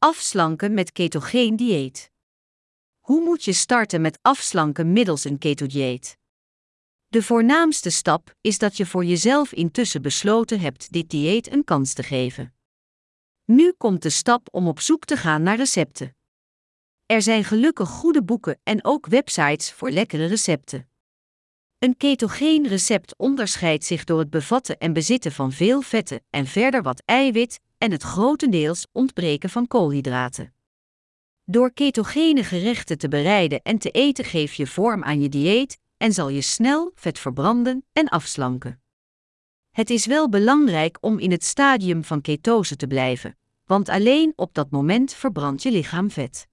Afslanken met ketogeen dieet. Hoe moet je starten met afslanken middels een ketodieet? De voornaamste stap is dat je voor jezelf intussen besloten hebt dit dieet een kans te geven. Nu komt de stap om op zoek te gaan naar recepten. Er zijn gelukkig goede boeken en ook websites voor lekkere recepten. Een ketogeen recept onderscheidt zich door het bevatten en bezitten van veel vetten en verder wat eiwit en het grotendeels ontbreken van koolhydraten. Door ketogene gerechten te bereiden en te eten geef je vorm aan je dieet en zal je snel vet verbranden en afslanken. Het is wel belangrijk om in het stadium van ketose te blijven, want alleen op dat moment verbrandt je lichaam vet.